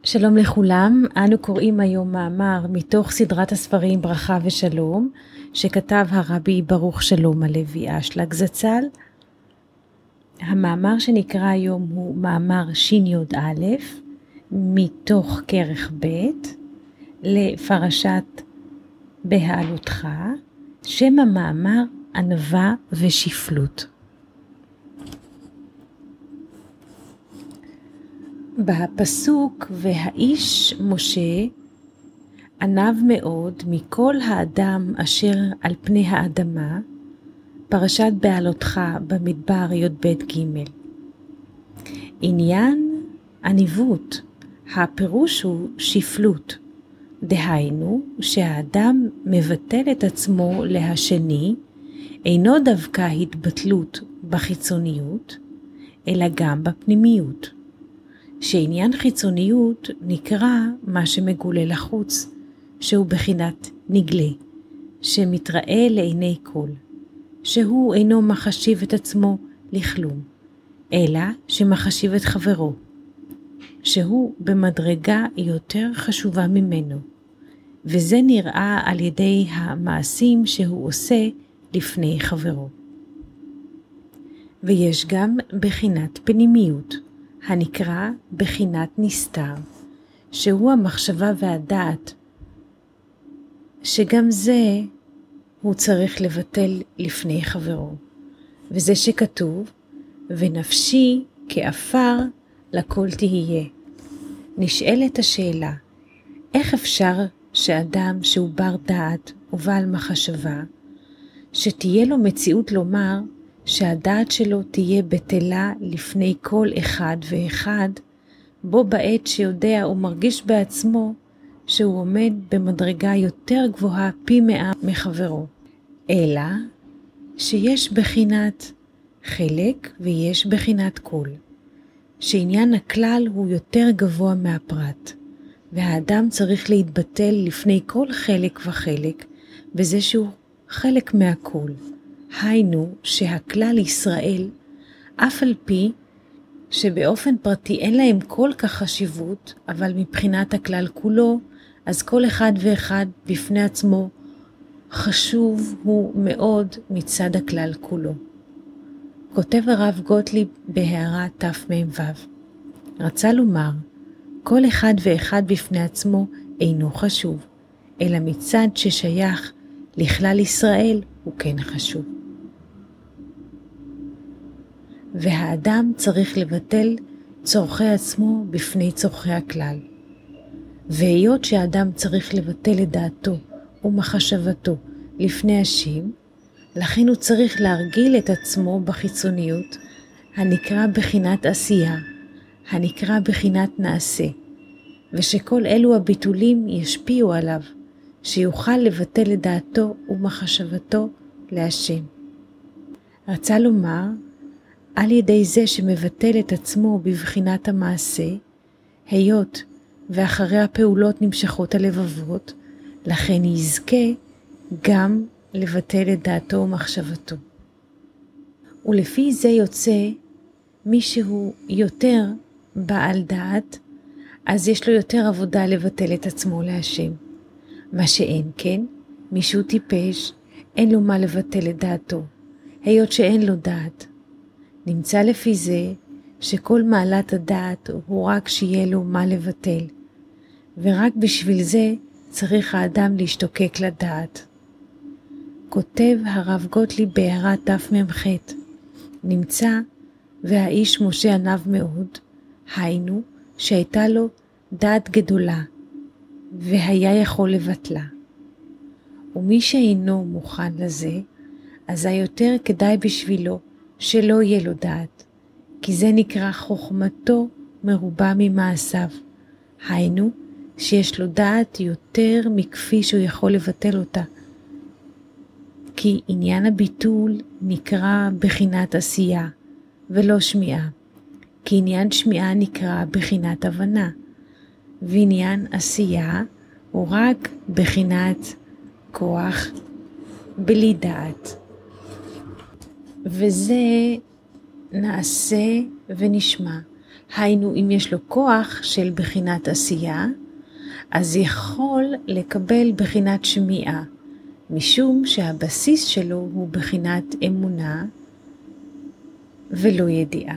שלום לכולם, אנו קוראים היום מאמר מתוך סדרת הספרים ברכה ושלום, שכתב הרבי ברוך שלום הלוי אשלג זצ"ל. המאמר שנקרא היום הוא מאמר שי"א, מתוך כרך ב' לפרשת בהעלותך, שם המאמר ענווה ושפלות. בפסוק והאיש משה ענב מאוד מכל האדם אשר על פני האדמה, פרשת בהעלותך במדבר י"ב ג'. עניין עניבות, הפירוש הוא שפלות, דהיינו שהאדם מבטל את עצמו להשני, אינו דווקא התבטלות בחיצוניות, אלא גם בפנימיות. שעניין חיצוניות נקרא מה שמגולה לחוץ, שהוא בחינת נגלה, שמתראה לעיני כל, שהוא אינו מחשיב את עצמו לכלום, אלא שמחשיב את חברו, שהוא במדרגה יותר חשובה ממנו, וזה נראה על ידי המעשים שהוא עושה לפני חברו. ויש גם בחינת פנימיות, הנקרא בחינת נסתר, שהוא המחשבה והדעת, שגם זה הוא צריך לבטל לפני חברו, וזה שכתוב, ונפשי כאפר לכל תהיה. נשאלת השאלה, איך אפשר שאדם שהוא בר דעת ובעל מחשבה, שתהיה לו מציאות לומר, שהדעת שלו תהיה בטלה לפני כל אחד ואחד, בו בעת שיודע ומרגיש בעצמו שהוא עומד במדרגה יותר גבוהה פי 100 מחברו, אלא שיש בחינת חלק ויש בחינת כל, שעניין הכלל הוא יותר גבוה מהפרט, והאדם צריך להתבטל לפני כל חלק וחלק, בזה שהוא חלק מהכל. היינו שהכלל ישראל, אף על פי שבאופן פרטי אין להם כל כך חשיבות, אבל מבחינת הכלל כולו, אז כל אחד ואחד בפני עצמו חשוב הוא מאוד מצד הכלל כולו. כותב הרב גוטליב בהערה תמ"ו, רצה לומר, כל אחד ואחד בפני עצמו אינו חשוב, אלא מצד ששייך לכלל ישראל הוא כן חשוב. והאדם צריך לבטל צורכי עצמו בפני צורכי הכלל. והיות שהאדם צריך לבטל את דעתו ומחשבתו לפני השם, לכן הוא צריך להרגיל את עצמו בחיצוניות, הנקרא בחינת עשייה, הנקרא בחינת נעשה, ושכל אלו הביטולים ישפיעו עליו, שיוכל לבטל את דעתו ומחשבתו להשם. רצה לומר, על ידי זה שמבטל את עצמו בבחינת המעשה, היות ואחרי הפעולות נמשכות הלבבות, לכן יזכה גם לבטל את דעתו ומחשבתו. ולפי זה יוצא מישהו יותר בעל דעת, אז יש לו יותר עבודה לבטל את עצמו להשם. מה שאין כן, מישהו טיפש, אין לו מה לבטל את דעתו, היות שאין לו דעת. נמצא לפי זה שכל מעלת הדעת הוא רק שיהיה לו מה לבטל, ורק בשביל זה צריך האדם להשתוקק לדעת. כותב הרב גוטליב בהערה תמ"ח, נמצא והאיש משה ענב מאוד, היינו שהייתה לו דעת גדולה, והיה יכול לבטלה. ומי שאינו מוכן לזה, אזי יותר כדאי בשבילו שלא יהיה לו דעת, כי זה נקרא חוכמתו מרובה ממעשיו. היינו שיש לו דעת יותר מכפי שהוא יכול לבטל אותה, כי עניין הביטול נקרא בחינת עשייה ולא שמיעה, כי עניין שמיעה נקרא בחינת הבנה, ועניין עשייה הוא רק בחינת כוח בלי דעת. וזה נעשה ונשמע. היינו, אם יש לו כוח של בחינת עשייה, אז יכול לקבל בחינת שמיעה, משום שהבסיס שלו הוא בחינת אמונה ולא ידיעה.